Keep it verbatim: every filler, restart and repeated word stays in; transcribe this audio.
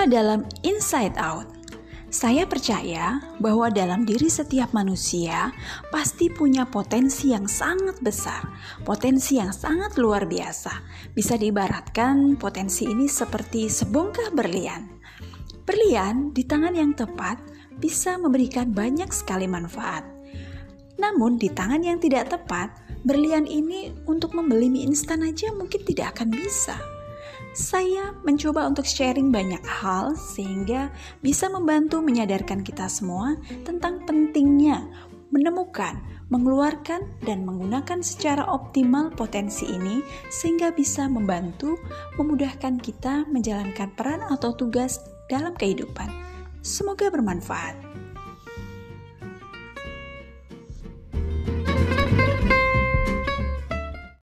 Berjumpa dalam Inside Out. Saya percaya bahwa dalam diri setiap manusia pasti punya potensi yang sangat besar, potensi yang sangat luar biasa. Bisa diibaratkan potensi ini seperti sebongkah berlian. Berlian di tangan yang tepat bisa memberikan banyak sekali manfaat. Namun di tangan yang tidak tepat, berlian ini untuk membeli mie instan aja mungkin tidak akan bisa. Saya mencoba untuk sharing banyak hal sehingga bisa membantu menyadarkan kita semua tentang pentingnya menemukan, mengeluarkan, dan menggunakan secara optimal potensi ini sehingga bisa membantu memudahkan kita menjalankan peran atau tugas dalam kehidupan. Semoga bermanfaat.